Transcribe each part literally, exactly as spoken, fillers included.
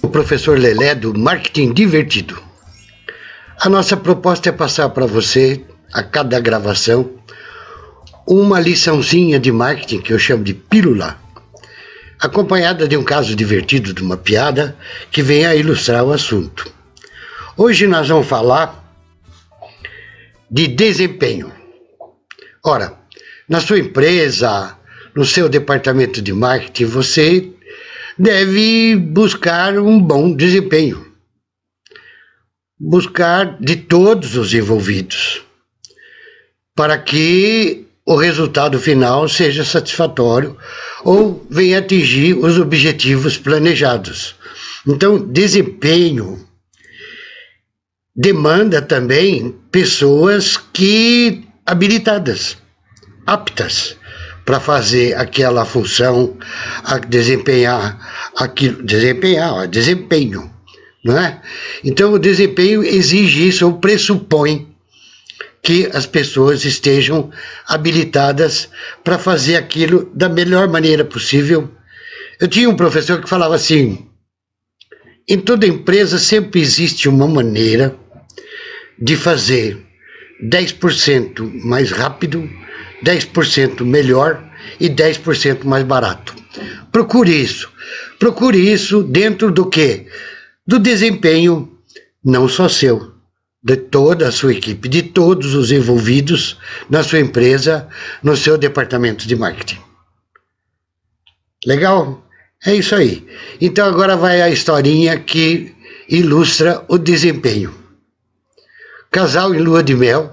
O professor Lelé do Marketing Divertido. A nossa proposta é passar para você, a cada gravação, uma liçãozinha de marketing que eu chamo de pílula, acompanhada de um caso divertido, de uma piada, que venha a ilustrar o assunto. Hoje nós vamos falar de desempenho. Ora, na sua empresa, no seu departamento de marketing, você deve buscar um bom desempenho. Buscar de todos os envolvidos, para que o resultado final seja satisfatório ou venha atingir os objetivos planejados. Então, desempenho demanda também pessoas que habilitadas, aptas para fazer aquela função, a desempenhar aquilo, desempenhar, ó, desempenho, não é? Então o desempenho exige isso, ou pressupõe que as pessoas estejam habilitadas para fazer aquilo da melhor maneira possível. Eu tinha um professor que falava assim: em toda empresa sempre existe uma maneira de fazer dez por cento mais rápido, dez por cento melhor e dez por cento mais barato. Procure isso. Procure isso dentro do quê? Do desempenho, não só seu, de toda a sua equipe, de todos os envolvidos na sua empresa, no seu departamento de marketing. Legal? É isso aí. Então agora vai a historinha que ilustra o desempenho. Casal em lua de mel.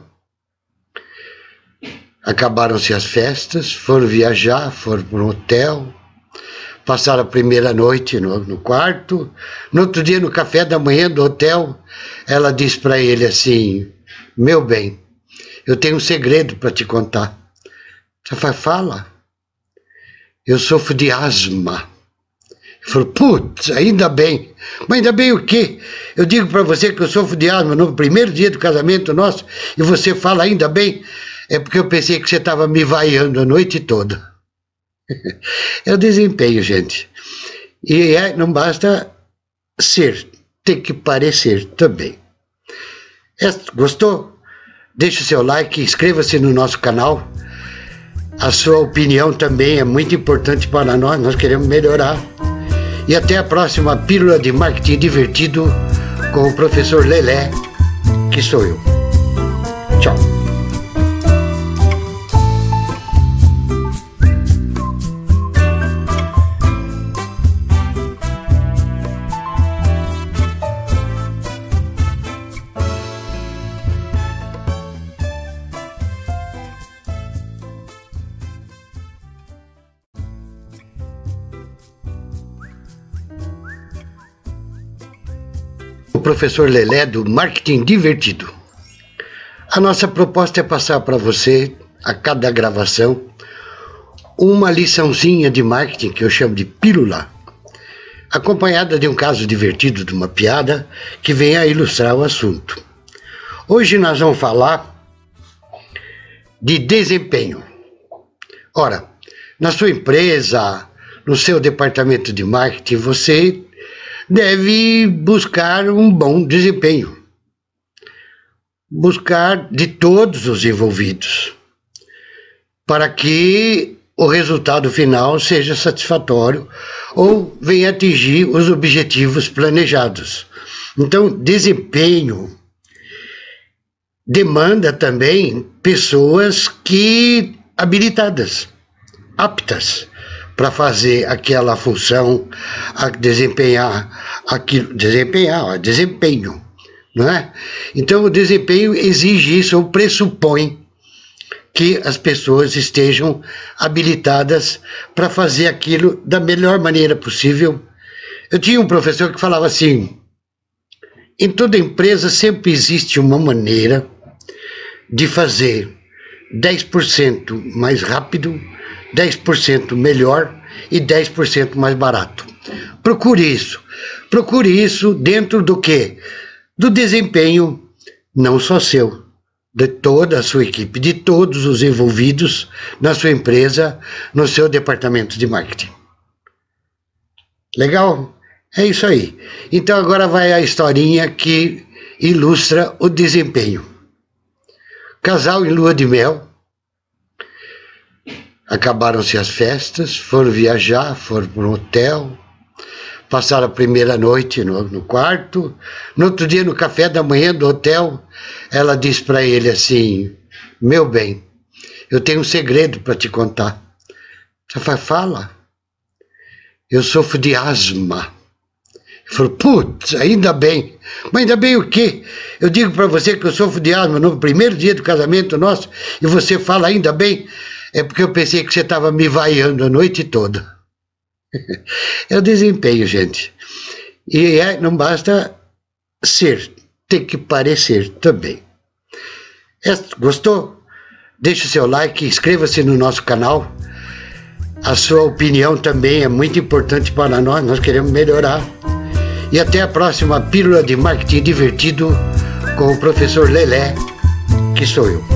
Acabaram-se as festas, foram viajar, foram para um hotel, passaram a primeira noite no, no quarto. No outro dia, no café da manhã do hotel, ela disse para ele assim: meu bem, eu tenho um segredo para te contar. Ele falou: fala. Eu sofro de asma. Ele falou: putz, ainda bem. Mas ainda bem o quê? Eu digo para você que eu sofro de asma no primeiro dia do casamento nosso e você fala ainda bem? É porque eu pensei que você estava me vaiando a noite toda. É o desempenho, gente. E é, não basta ser, tem que parecer também. É, gostou? Deixe o seu like, inscreva-se no nosso canal. A sua opinião também é muito importante para nós, nós queremos melhorar. E até a próxima Pílula de Marketing Divertido com o professor Lelé, que sou eu. Tchau. O professor Lelé do Marketing Divertido. A nossa proposta é passar para você, a cada gravação, uma liçãozinha de marketing que eu chamo de pílula, acompanhada de um caso divertido, de uma piada, que venha a ilustrar o assunto. Hoje nós vamos falar de desempenho. Ora, na sua empresa, no seu departamento de marketing, você deve buscar um bom desempenho. Buscar de todos os envolvidos, para que o resultado final seja satisfatório ou venha atingir os objetivos planejados. Então, desempenho demanda também pessoas que habilitadas, aptas para fazer aquela função, a desempenhar aquilo, desempenhar, ó, desempenho, não é? Então o desempenho exige isso, ou pressupõe que as pessoas estejam habilitadas para fazer aquilo da melhor maneira possível. Eu tinha um professor que falava assim: em toda empresa sempre existe uma maneira de fazer dez por cento mais rápido, dez por cento melhor e dez por cento mais barato. Procure isso. Procure isso dentro do quê? Do desempenho, não só seu, de toda a sua equipe, de todos os envolvidos na sua empresa, no seu departamento de marketing. Legal? É isso aí. Então agora vai a historinha que ilustra o desempenho. Casal em lua de mel. Acabaram-se as festas, foram viajar, foram para um hotel, passaram a primeira noite no, no quarto. No outro dia, no café da manhã do hotel, ela disse para ele assim: meu bem, eu tenho um segredo para te contar. Você fala, fala. Eu sofro de asma. Ele falou, putz, ainda bem. Mas ainda bem o quê? Eu digo para você que eu sofro de asma no primeiro dia do casamento nosso e você fala ainda bem. É porque eu pensei que você estava me vaiando a noite toda. É o desempenho, gente. E é, não basta ser, tem que parecer também. É, gostou? Deixe o seu like, inscreva-se no nosso canal. A sua opinião também é muito importante para nós, nós queremos melhorar. E até a próxima Pílula de Marketing Divertido com o professor Lelé, que sou eu.